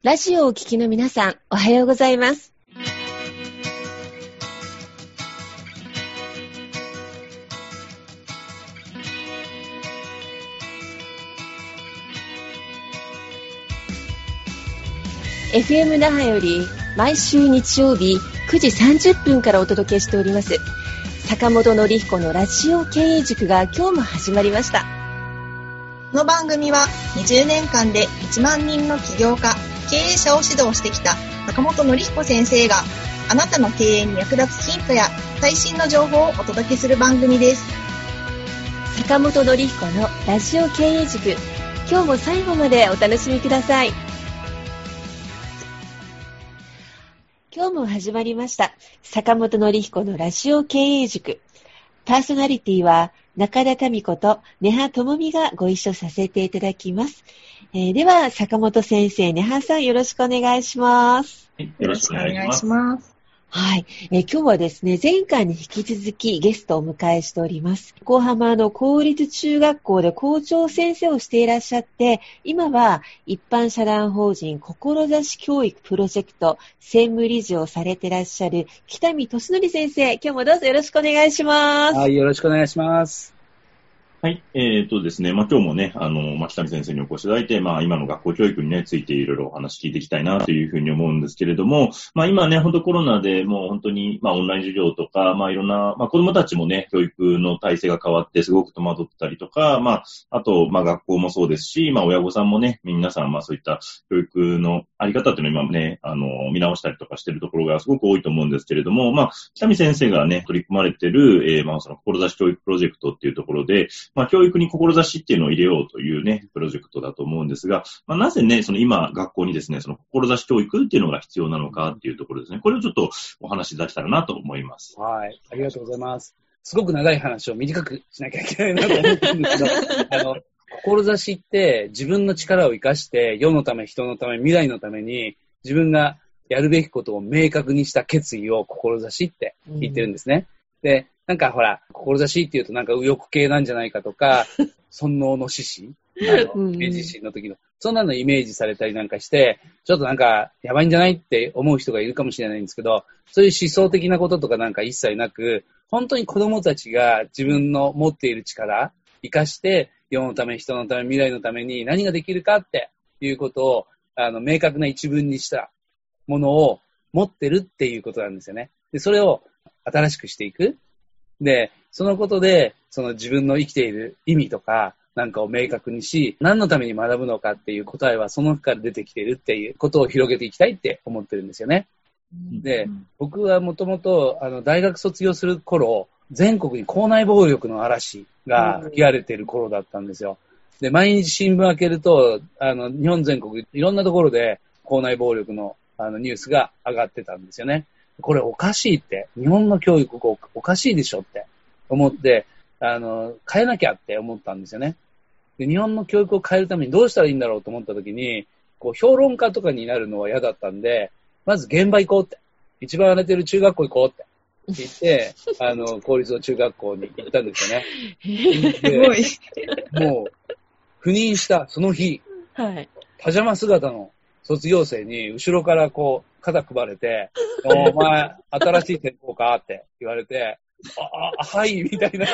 ラジオをお聞きの皆さん、おはようございます。FM 那覇より毎週日曜日9時30分からお届けしております坂本典彦のラジオ経営塾が今日も始まりました。 この番組は20年間で1万人の起業家、経営者を指導してきた坂本典彦先生があなたの経営に役立つヒントや最新の情報をお届けする番組です。 坂本典彦のラジオ経営塾、今日も最後までお楽しみください。今日も始まりました坂本典彦のラジオ経営塾。パーソナリティは中田民子と根葉智美がご一緒させていただきます。では坂本先生、根葉さんよろしくお願いします。 よろしくお願いします。 はい、今日はですね、前回に引き続きゲストをお迎えしております。横浜の公立中学校で校長先生をしていらっしゃって、今は一般社団法人志教育プロジェクト専務理事をされていらっしゃる北見俊則先生、今日もどうぞよろしくお願いします。 はい、よろしくお願いします。 はい。ですね、今日もね、北見先生にお越しいただいて、今の学校教育にね、ついていろいろお話聞いていきたいなというふうに思うんですけれども、今ね、本当コロナでもう本当に、オンライン授業とか、いろんな、子供たちもね、教育の体制が変わってすごく戸惑ったりとか、あと、学校もそうですし、親御さんもね、皆さん、そういった教育のあり方っていうのを今ね、見直したりとかしてるところがすごく多いと思うんですけれども、北見先生がね、取り組まれてる、その志教育プロジェクトっていうところで、教育に志っていうのを入れようというね、プロジェクトだと思うんですが、なぜね、その今、学校にですね、その志教育っていうのが必要なのかっていうところですね。これをちょっとお話しいただけたらなと思います。 はい。ありがとうございます。すごく長い話を短くしなきゃいけないなと思ってるんですけど、志って自分の力を生かして、世のため、人のため、未来のために、自分がやるべきことを明確にした決意を志って言ってるんですね。で、なんかほら、志って言うとなんか右翼系なんじゃないかとか、尊王の志士、明治維新の時の、そんなのイメージされたりなんかして、ちょっとなんかやばいんじゃないって思う人がいるかもしれないんですけど、そういう思想的なこととかなんか一切なく、本当に子供たちが自分の持っている力、生かして、世のため、人のため、未来のために何ができるかっていうことを、明確な一文にしたものを持ってるっていうことなんですよね。で、それを新しくしていく。で、そのことで、その自分の生きている意味とか、なんかを明確にし、何のために学ぶのかっていう答えはその中から出てきているっていうことを広げていきたいって思ってるんですよね。で、僕はもともと、大学卒業する頃、全国に校内暴力の嵐が吹き荒れている頃だったんですよ。で、毎日新聞開けると、日本全国いろんなところで校内暴力のニュースが上がってたんですよね。これおかしいって、日本の教育おかしいでしょって思って、変えなきゃって思ったんですよね。で、日本の教育を変えるためにどうしたらいいんだろうと思った時に、評論家とかになるのは嫌だったんで、まず現場行こうって。一番荒れてる中学校行こうって言って、公立の中学校に行ったんですよね。 すごい。 もう、赴任したその日、 はい、 パジャマ姿の卒業生に後ろから肩配れて、お前、新しい専攻かって言われて、はい、みたいな。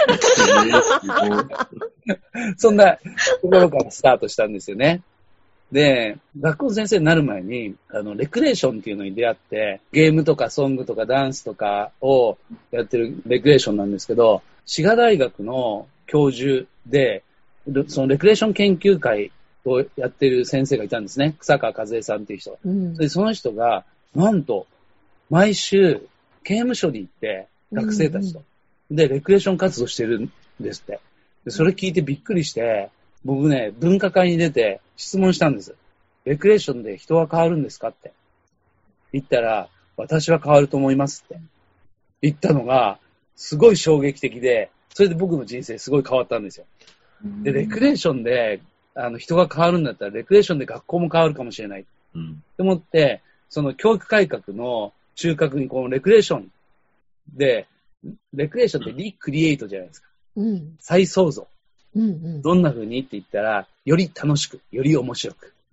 そんなところからスタートしたんですよね。で、学校の先生になる前に、レクレーションっていうのに出会って、ゲームとかソングとかダンスとかをやってるレクレーションなんですけど、滋賀大学の教授で、そのレクレーション研究会をやってる先生がいたんですね。草川和恵さんっていう人。で、その人が、なんと、毎週、刑務所に行って、学生たちと。で、レクレーション活動してるんですって。で、それ聞いてびっくりして、僕ね、分科会に出て質問したんです。レクレーションで人は変わるんですかって。言ったら、私は変わると思いますって。言ったのが、すごい衝撃的で、それで僕の人生すごい変わったんですよ。で、レクレーションで、人が変わるんだったら、レクレーションで学校も変わるかもしれない。と思って、その教育改革の中核にこのレクレーションで、レクレーションってリクリエイトじゃないですか。再創造。どんな風にって言ったら、より楽しく、より面白く。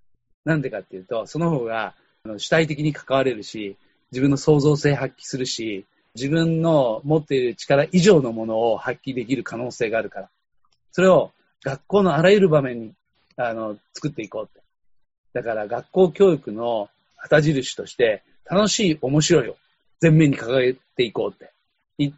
なんでかっていうと、その方が主体的に関われるし、自分の創造性発揮するし、自分の持っている力以上のものを発揮できる可能性があるから。それを学校のあらゆる場面に作っていこうって。だから学校教育の旗印として、楽しい、面白いを前面に掲げていこうって言って、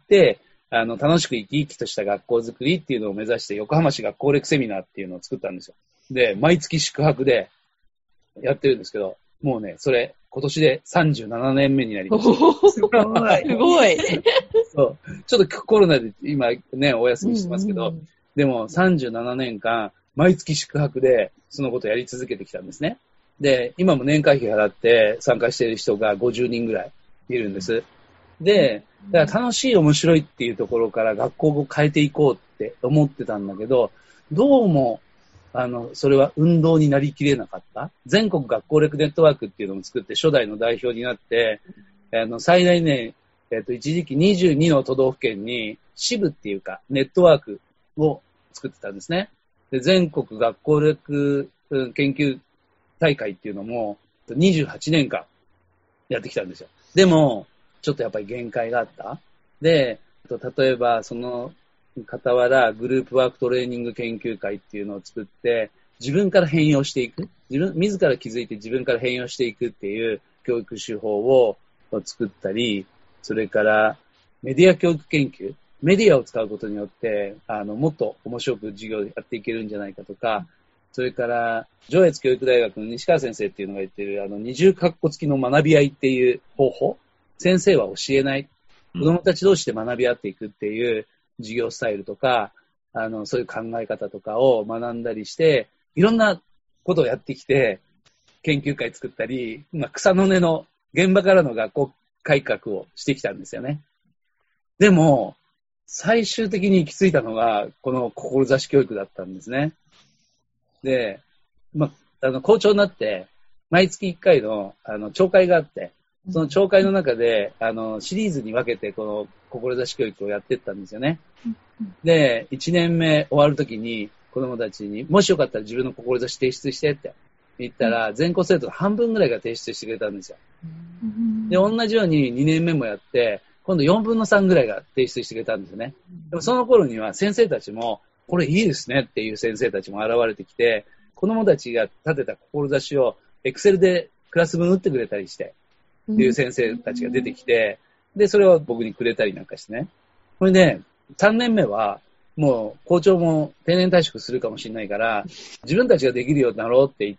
楽しく生き生きとした学校づくりっていうのを目指して、横浜市学校レクセミナーっていうのを作ったんですよ。で、毎月宿泊でやってるんですけど、もうね、それ、今年で37年目になりました。 すごい。 そう。ちょっとコロナで今ね、お休みしてますけど、でも37年間、毎月宿泊でそのことをやり続けてきたんですね。で、今も年会費払って参加している人が50人ぐらいいるんです。で、だから楽しい面白いっていうところから学校を変えていこうって思ってたんだけど、どうも、それは運動になりきれなかった。全国学校レクネットワークっていうのを作って初代の代表になって、最大ね、一時期22の都道府県に支部っていうかネットワークを作ってたんですね。で、全国学校レク研究大会っていうのも28年間やってきたんですよ。でも、ちょっとやっぱり限界があった。で、例えばその傍らグループワークトレーニング研究会っていうのを作って、自分から変容していく。自ら気づいて自分から変容していくっていう教育手法を作ったり、それからメディア教育研究。メディアを使うことによって、もっと面白く授業をやっていけるんじゃないかとか、それから、上越教育大学の西川先生っていうのが言ってる、二重括弧付きの学び合いっていう方法。先生は教えない。子供たち同士で学び合っていくっていう授業スタイルとか、そういう考え方とかを学んだりして、いろんなことをやってきて、研究会作ったり、草の根の現場からの学校改革をしてきたんですよね。でも、最終的に行き着いたのが、この志教育だったんですね。で、校長になって、毎月1回の、朝会があって、その朝会の中で、シリーズに分けて、この志教育をやっていったんですよね。で、1年目終わるときに、子供たちに、もしよかったら自分の志提出してって言ったら、全校生徒の半分ぐらいが提出してくれたんですよ。で、同じように2年目もやって、今度4分の3ぐらいが提出してくれたんですよね。でもその頃には先生たちも、これいいですねっていう先生たちも現れてきて、子供たちが立てた志をエクセルでクラス分打ってくれたりして、っていう先生たちが出てきて、で、それを僕にくれたりなんかしてね。これで、3年目は、もう校長も定年退職するかもしれないから、自分たちができるようになろうって言って、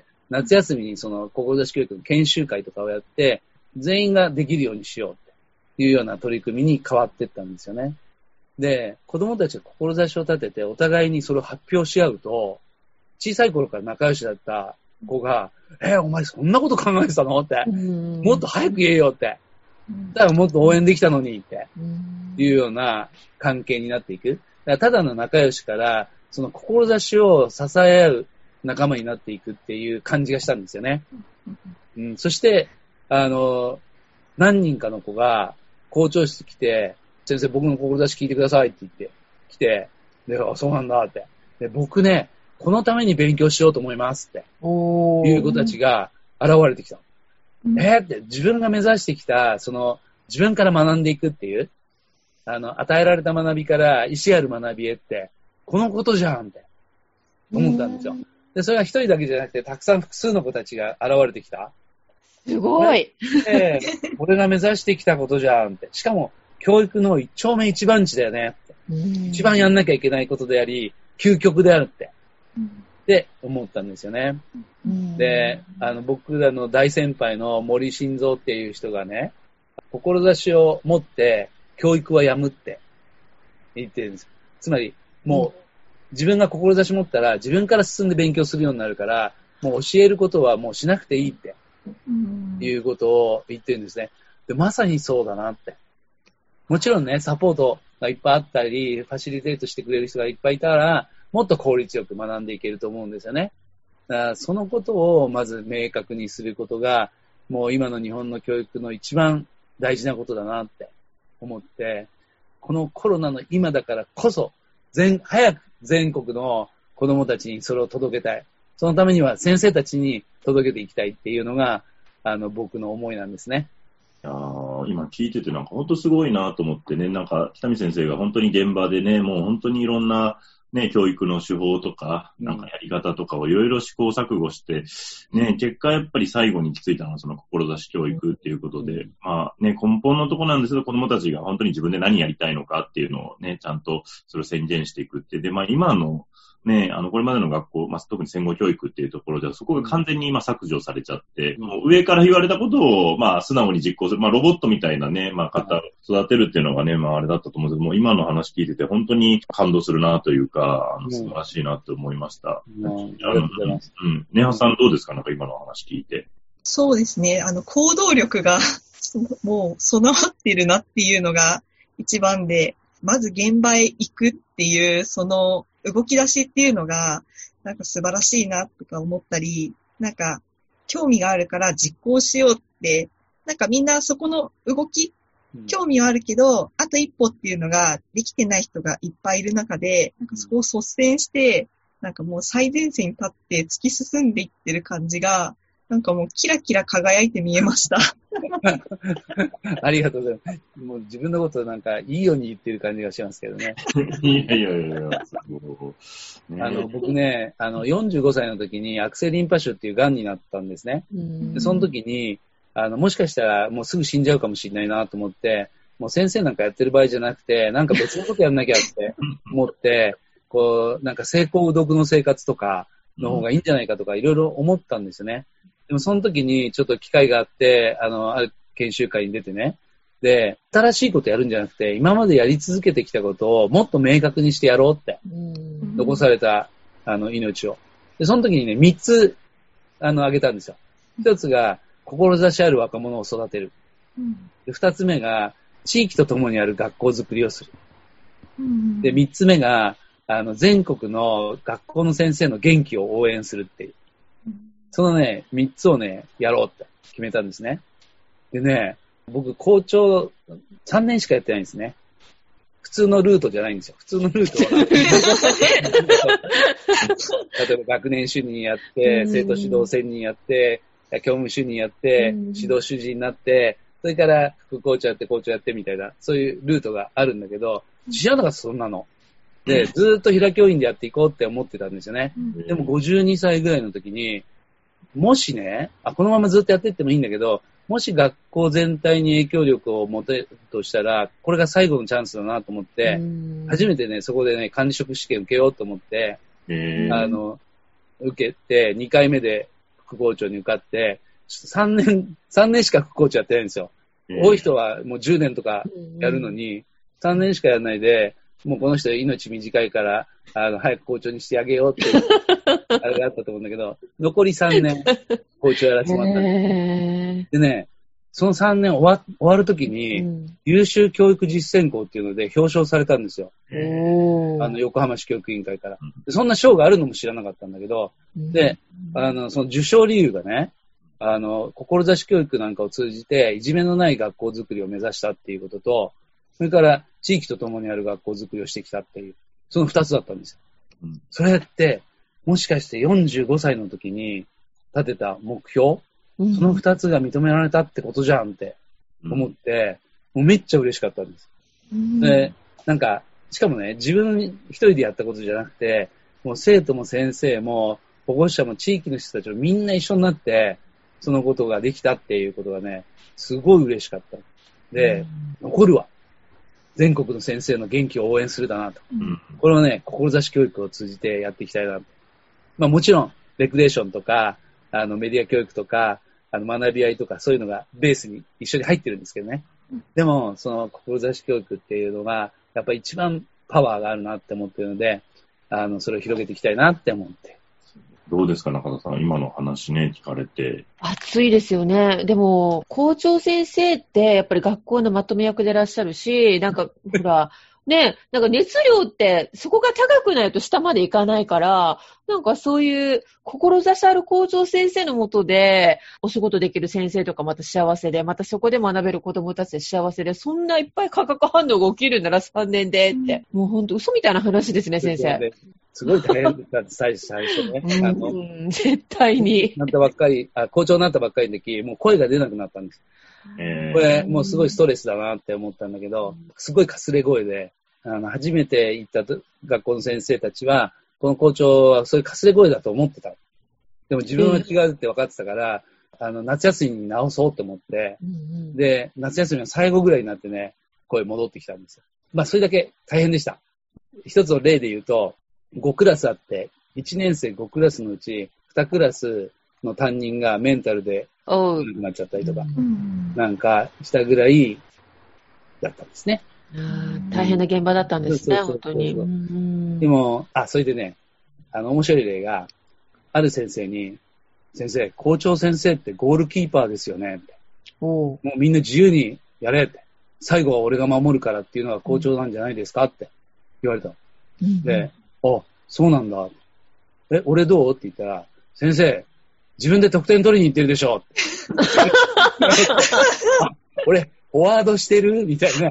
夏休みにその志教育の研修会とかをやって、全員ができるようにしようっていうような取り組みに変わっていったんですよね。で、子供たちが志を立ててお互いにそれを発表し合うと、小さい頃から仲良しだった子が、お前そんなこと考えてたのって、もっと早く言えよって、だからもっと応援できたのにって、いうような関係になっていく。だからただの仲良しから、その志を支え合う仲間になっていくっていう感じがしたんですよね。そして、何人かの子が校長室来て、先生僕の志聞いてくださいって言って来て、で、そうなんだって。で、僕ね、このために勉強しようと思いますって。いう子たちが現れてきた。って自分が目指してきた、その自分から学んでいくっていう、与えられた学びから意思ある学びへって、このことじゃんって思ったんですよ。で、それは一人だけじゃなくて、たくさん複数の子たちが現れてきた。 すごい。 俺が目指してきたことじゃんって。しかも、教育の一丁目一番地だよねって。一番やんなきゃいけないことであり、究極であるって。って思ったんですよね。で、僕らの大先輩の森晋三っていう人がね、志を持って教育はやむって言ってるんです。つまり、もう自分が志持ったら自分から進んで勉強するようになるから、もう教えることはもうしなくていいっていうことを言ってるんですね。で、まさにそうだなって。もちろんね、サポートがいっぱいあったり、ファシリテートしてくれる人がいっぱいいたら、もっと効率よく学んでいけると思うんですよね。だからそのことをまず明確にすることが、もう今の日本の教育の一番大事なことだなって思って、このコロナの今だからこそ、早く全国の子供たちにそれを届けたい。そのためには先生たちに届けていきたいっていうのが、僕の思いなんですね。 いや今聞いててなんか本当すごいなと思ってね、なんか北見先生が本当に現場でね、もう本当にいろんなね、教育の手法とか、なんかやり方とかをいろいろ試行錯誤して、ね、結果やっぱり最後に行き着いたのはその志教育っていうことで、まあね、根本のところなんですけど、子供たちが本当に自分で何やりたいのかっていうのをね、ちゃんとそれを宣言していくって。で、まあ今のね、これまでの学校、まあ、特に戦後教育っていうところでは、そこが完全に今削除されちゃって、もう上から言われたことを、まあ、素直に実行する。まあ、ロボットみたいなね、まあ、方を育てるっていうのがね、まあ、あれだったと思うんですけど、もう今の話聞いてて、本当に感動するなというか、素晴らしいなと思いました。 ありがとうございます。 ネハさんどうですか？なんか今の話聞いて。 そうですね。行動力が、もう備わっているなっていうのが一番で、まず現場へ行くっていう、その動き出しっていうのが、なんか素晴らしいなとか思ったり、なんか興味があるから実行しようって、なんかみんなそこの動き、興味はあるけど、あと一歩っていうのができてない人がいっぱいいる中で、なんかそこを率先して、なんかもう最前線に立って突き進んでいってる感じが、なんかもうキラキラ輝いて見えました。 ありがとうございます。もう自分のことなんかいいように言ってる感じがしますけどね。 いやいやいや、 僕ね、45歳の時に悪性リンパ腫っていう癌になったんですね。でその時に、もしかしたらもうすぐ死んじゃうかもしれないなと思って、もう先生なんかやってる場合じゃなくて、なんか別のことやんなきゃって思って、こう、なんか成功うどくの生活とかの方がいいんじゃないかとかいろいろ思ったんですよね。でもその時にちょっと機会があって、ある研修会に出てね。で、新しいことやるんじゃなくて、今までやり続けてきたことをもっと明確にしてやろうって。残された、命を。で、その時にね、3つ、挙げたんですよ。1つが、志ある若者を育てる。で、2つ目が、地域と共にある学校づくりをする。で、3つ目が、全国の学校の先生の元気を応援するっていう。そのね、3つをね、やろうって決めたんですね。でね、僕、校長3年しかやってないんですね。普通のルートじゃないんですよ。普通のルートは、例えば学年主任やって、生徒指導専任やって、教務主任やって、指導主事になって、それから副校長やって、校長やってみたいな、そういうルートがあるんだけど、知らなかったそんなの。で、ずーっと平教員でやっていこうって思ってたんですよね。でも52歳ぐらいの時に、もしね、このままずっとやっていってもいいんだけど、もし学校全体に影響力を持てるとしたら、これが最後のチャンスだなと思って、初めてね、そこでね、管理職試験受けようと思って、受けて、2回目で副校長に受かって、3年しか副校長やってないんですよ。多い人はもう10年とかやるのに、3年しかやらないで、もうこの人命短いから、早く校長にしてあげようって、あれがあったと思うんだけど、残り3年、校長やらせてもらったんです。でね、その3年終わるときに、優秀教育実践校っていうので表彰されたんですよ。横浜市教育委員会から。でそんな賞があるのも知らなかったんだけど、で、その受賞理由がね、志教育なんかを通じて、いじめのない学校づくりを目指したっていうことと、それから地域と共にある学校づくりをしてきたっていう、その2つだったんですよ。それって、もしかして45歳の時に立てた目標、その2つが認められたってことじゃんって思って、もうめっちゃ嬉しかったんです。で、なんか、しかもね、自分一人でやったことじゃなくて、もう生徒も先生も保護者も地域の人たちもみんな一緒になって、そのことができたっていうことがね、すごい嬉しかった。で、残るわ。全国の先生の元気を応援するだなと。これをね、志教育を通じてやっていきたいなと。まあもちろん、レクレーションとか、メディア教育とか、学び合いとか、そういうのがベースに一緒に入ってるんですけどね。でも、その志教育っていうのが、やっぱり一番パワーがあるなって思ってるので、それを広げていきたいなって思って。 どうですか、中田さん。今の話ね、聞かれて。 熱いですよね。でも、校長先生って、やっぱり学校のまとめ役でいらっしゃるし、なんか、ほら、ね、なんか熱量って、そこが高くないと下までいかないから、なんかそういう、志ある校長先生のもとで、お仕事できる先生とかまた幸せで、またそこで学べる子供たちで幸せで、そんないっぱい化学反応が起きるなら3年でって。もうほんと嘘みたいな話ですね、先生。 すごい大変だったんです、最初ね。 絶対に。 校長になったばっかりの時、もう声が出なくなったんです。これ、もうすごいストレスだなって思ったんだけど、すごいかすれ声で、初めて行った学校の先生たちは、この校長はそういうかすれ声だと思ってた。でも自分は違うって分かってたから、夏休みに直そうと思って、で、夏休みの最後ぐらいになってね、声戻ってきたんですよ。まあ、それだけ大変でした。一つの例で言うと、5クラスあって、1年生5クラスのうち、2クラスの担任がメンタルで悪くなっちゃったりとか、なんかしたぐらいだったんですね。 大変な現場だったんですね、本当に。 でも、それでね、面白い例が、ある先生に、先生、校長先生ってゴールキーパーですよねって。もうみんな自由にやれって。最後は俺が守るからっていうのが校長なんじゃないですかって言われた。で、そうなんだ。俺どうって言ったら、先生、自分で得点取りに行ってるでしょ。俺、フォワードしてるみたいな。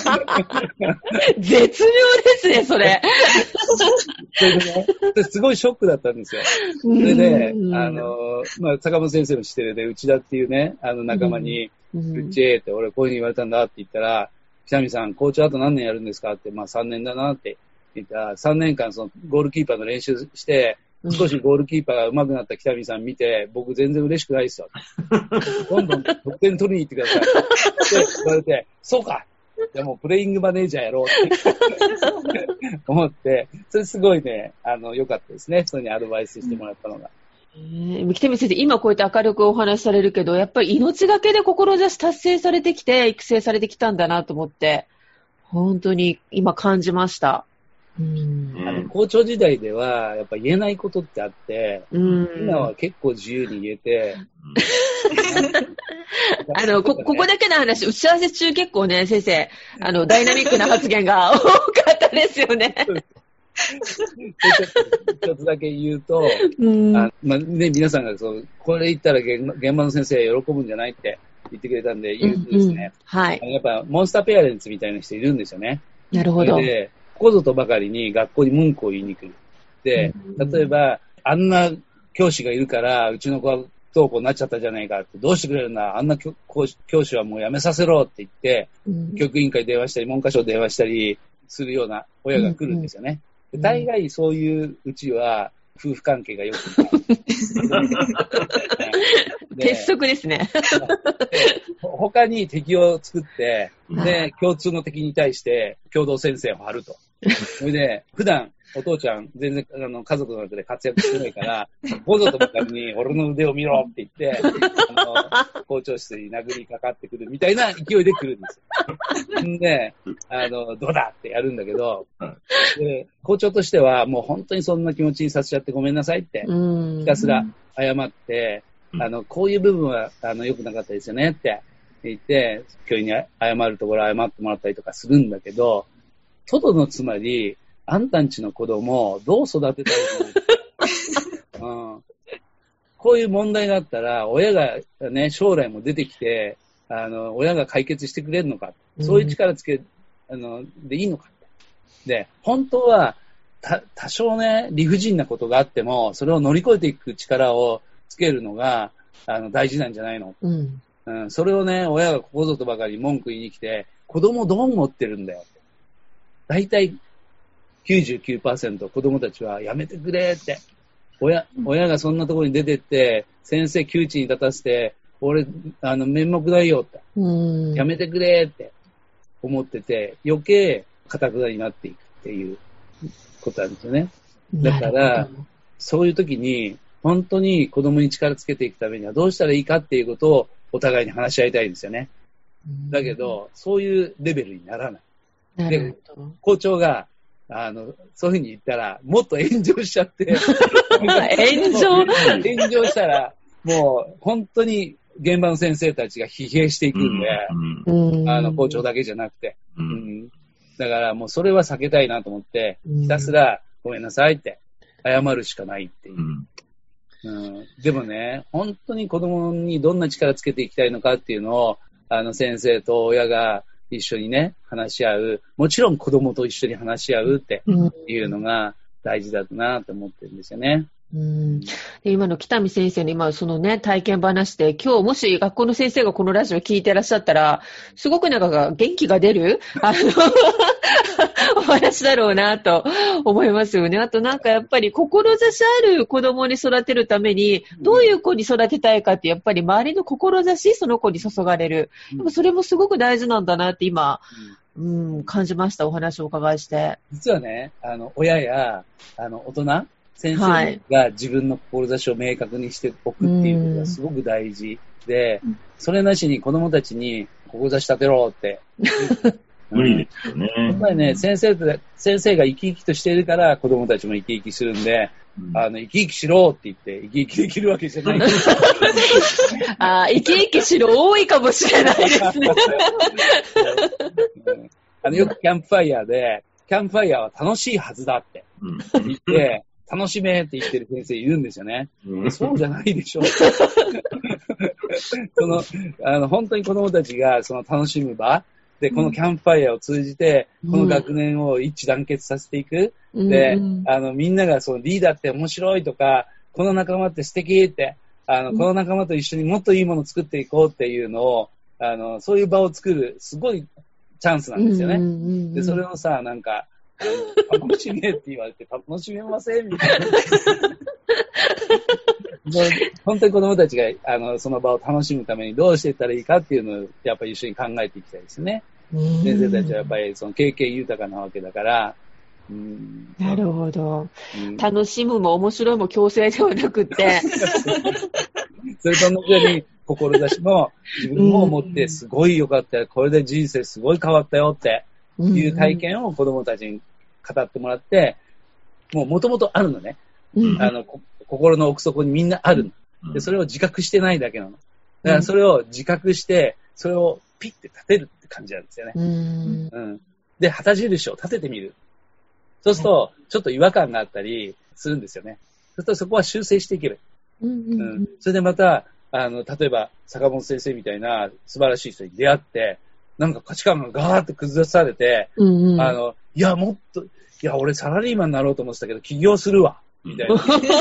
絶妙ですね、それ。 それでね、すごいショックだったんですよ。それで、坂本先生の知ってるで、内田っていうね、仲間に、うちって、俺こういうふうに言われたんだって言ったら、北見さん、校長あと何年やるんですかって、3年だなって言ったら、3年間そのゴールキーパーの練習して、少しゴールキーパーが上手くなった北見さん見て、僕全然嬉しくないですよ。どんどん得点取りに行ってください。って言われて、そうか。じゃあもうプレイングマネージャーやろうって思って、それすごいね、良かったですね。それにアドバイスしてもらったのが。 北見先生、今こうやって明るくお話しされるけど、やっぱり命がけで志達成されてきて、育成されてきたんだなと思って、本当に今感じました。 校長時代では、やっぱ言えないことってあって、今は結構自由に言えて、 ここだけの話、打ち合わせ中結構ね、先生、ダイナミックな発言が多かったですよね。 一つだけ言うと、皆さんがこれ言ったら現場の先生喜ぶんじゃないって言ってくれたんで言うとですね、やっぱモンスターペアレンツみたいな人いるんですよね。 なるほど。 で、ここぞとばかりに学校に文句を言いに来る。で、例えば、あんな教師がいるから、うちの子は不登校になっちゃったじゃないかって、どうしてくれるんだ、あんな教師はもうやめさせろって言って、教育委員会電話したり、文科省電話したりするような親が来るんですよね。大概そういううちは、夫婦関係が良くない。 鉄則ですね。 他に敵を作って、で、共通の敵に対して共同戦線を張ると。それで、普段、お父ちゃん、全然、家族の中で活躍してないから、ここぞとばかりに、俺の腕を見ろって言って、校長室に殴りかかってくるみたいな勢いで来るんですよ。で、どうだってやるんだけど、で、校長としては、もう本当にそんな気持ちにさせちゃってごめんなさいって、ひたすら謝って、こういう部分は、良くなかったですよねって言って、教員に謝るところ謝ってもらったりとかするんだけど、トドのつまり、あんたんちの子供をどう育てたいの、こういう問題があったら、親がね、将来も出てきて、親が解決してくれるのか、そういう力つけ、でいいのか。で、本当は、多少ね、理不尽なことがあっても、それを乗り越えていく力をつけるのが、大事なんじゃないの、それをね、親がここぞとばかり文句言いに来て、子供どう思ってるんだよ。大体、99% 子供たちはやめてくれって。親がそんなところに出てって、先生窮地に立たせて、俺、面目ないよって。やめてくれって思ってて、余計、堅くなになっていくっていうことなんですよね。だから、そういう時に、本当に子供に力つけていくためにはどうしたらいいかっていうことをお互いに話し合いたいんですよね。だけど、そういうレベルにならない。で、校長が、そういうふうに言ったら、もっと炎上しちゃって。炎上したら、もう、本当に現場の先生たちが疲弊していくんで、校長だけじゃなくて。だから、もうそれは避けたいなと思って、ひたすら、ごめんなさいって、謝るしかないっていう。でもね、本当に子供にどんな力つけていきたいのかっていうのを、先生と親が一緒にね、話し合う。もちろん子供と一緒に話し合うっていうのが、 大事だなと思ってるんですよね。 で今の北見先生の今そのね体験話で今日もし学校の先生がこのラジオ聞いてらっしゃったらすごくなんか元気が出るお話だろうなと思いますよね。あとなんかやっぱり志ある子供に育てるためにどういう子に育てたいかってやっぱり周りの志その子に注がれる。でもそれもすごく大事なんだなって今、感じました。お話をお伺いして。 実はね親や大人先生が自分の志を明確にしておくっていうことがすごく大事で、それなしに子供たちに志立てろって。 無理ですよね。 やっぱりね、先生が生き生きとしているから子供たちも生き生きするんで、生き生きしろって言って生き生きできるわけじゃない。 生き生きしろ多いかもしれないですね。 よくキャンプファイヤーで、キャンプファイヤーは楽しいはずだって言って、楽しめって言ってる先生いるんですよね。そうじゃないでしょ。本当に子供たちがその楽しむ場で、このキャンプファイヤーを通じて、この学年を一致団結させていく。で、みんながそのリーダーって面白いとか、この仲間って素敵って、この仲間と一緒にもっといいものを作っていこうっていうのを、そういう場を作る、すごいチャンスなんですよね。で、それをさ、なんか、楽しめって言われて、楽しめませんみたいな。本当に子供たちがその場を楽しむためにどうしていったらいいかっていうのをやっぱり一緒に考えていきたいですね。先生たちはやっぱりその経験豊かなわけだから。 なるほど。楽しむも面白いも強制ではなくて。 それと同じように志も自分も持ってすごい良かったよ。これで人生すごい変わったよっていう体験を子供たちに語ってもらって、もともとあるのね。心の奥底にみんなあるの。で、それを自覚してないだけなの。だからそれを自覚して、それをピッて立てるって感じなんですよね。で、旗印を立ててみる。そうすると、ちょっと違和感があったりするんですよね。そうするとそこは修正していける。それでまた、例えば、坂本先生みたいな素晴らしい人に出会って、なんか価値観がガーって崩されて、いや、もっと、いや、俺サラリーマンになろうと思ってたけど、起業するわ。みたいな。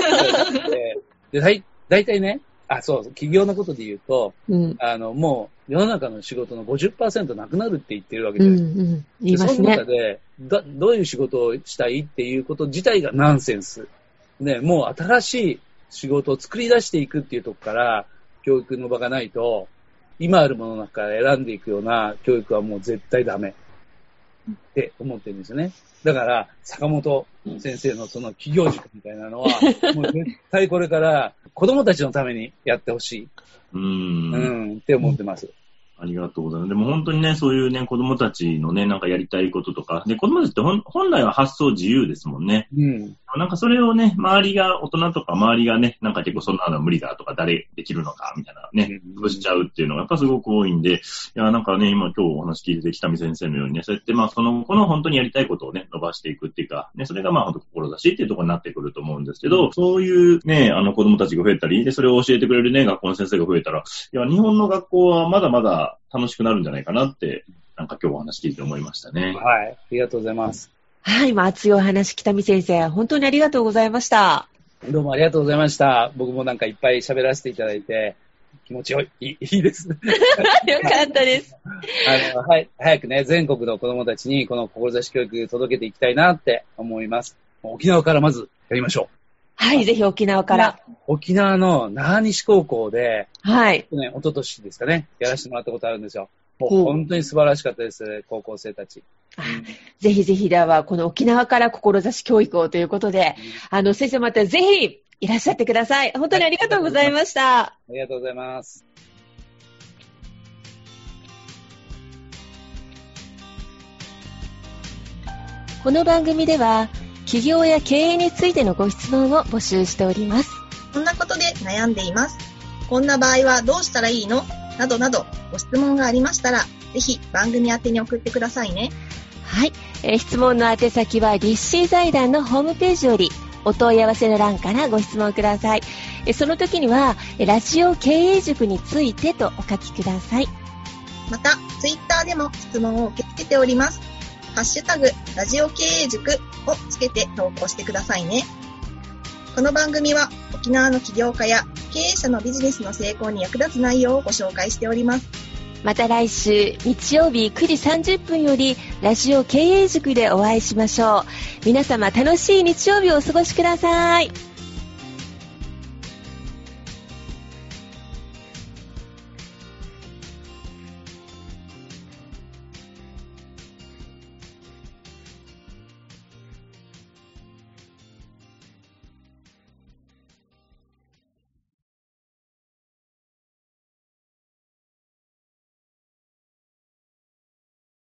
で、大体ね、起業のことで言うと、もう世の中の仕事の 50% なくなるって言ってるわけじゃないですか。その中でどういう仕事をしたいっていうこと自体がナンセンス。ね、もう新しい仕事を作り出していくっていうところから教育の場がないと、今あるものの中から選んでいくような教育はもう絶対ダメって思ってるんですよね。だから、坂本先生のその企業塾みたいなのは、もう絶対これから子供たちのためにやってほしい。って思ってます。 ありがとうございます。でも本当にね、そういうね、子供たちのね、なんかやりたいこととか、で、子供たちって本来は発想自由ですもんね。なんかそれをね、周りが、大人とか周りがね、なんか結構そんなのは無理だとか、誰できるのか、みたいなね、潰しちゃうっていうのがやっぱすごく多いんで、いや、なんかね、今日お話聞いて北見先生のようにね、そうやってその子の本当にやりたいことをね、伸ばしていくっていうか、ね、それが本当志っていうところになってくると思うんですけど、そういうね、子供たちが増えたり、で、それを教えてくれるね、学校の先生が増えたら、いや、日本の学校はまだまだ楽しくなるんじゃないかなって、なんか今日お話聞いて思いましたね。 はい。ありがとうございます。 はい。熱いお話、北見先生、本当にありがとうございました。 どうもありがとうございました。僕もなんかいっぱい喋らせていただいて、気持ちいいです。よかったです。 はい。早くね、全国の子供たちにこの志教育届けていきたいなって思います。沖縄からまずやりましょう。 はい、ぜひ沖縄から。 沖縄の那覇西高校で、 はい。 一昨年ですかね、やらせてもらったことあるんですよ。もう本当に素晴らしかったです、高校生たち。 ぜひぜひでは、この沖縄から志教育をということで、先生またぜひいらっしゃってください。本当にありがとうございました。 ありがとうございます。 この番組では、起業や経営についてのご質問を募集しております。 こんなことで悩んでいます。こんな場合はどうしたらいいの？などなどご質問がありましたら、ぜひ番組宛てに送ってくださいね。はい。質問の宛先は立志財団のホームページよりお問い合わせの欄からご質問ください。その時には、ラジオ経営塾についてとお書きください。また、ツイッターでも質問を受け付けております。ハッシュタグ、ラジオ経営塾をつけて投稿してくださいね。この番組は沖縄の起業家や経営者のビジネスの成功に役立つ内容をご紹介しております。 また来週日曜日9時30分よりラジオ経営塾でお会いしましょう。皆様楽しい日曜日をお過ごしください。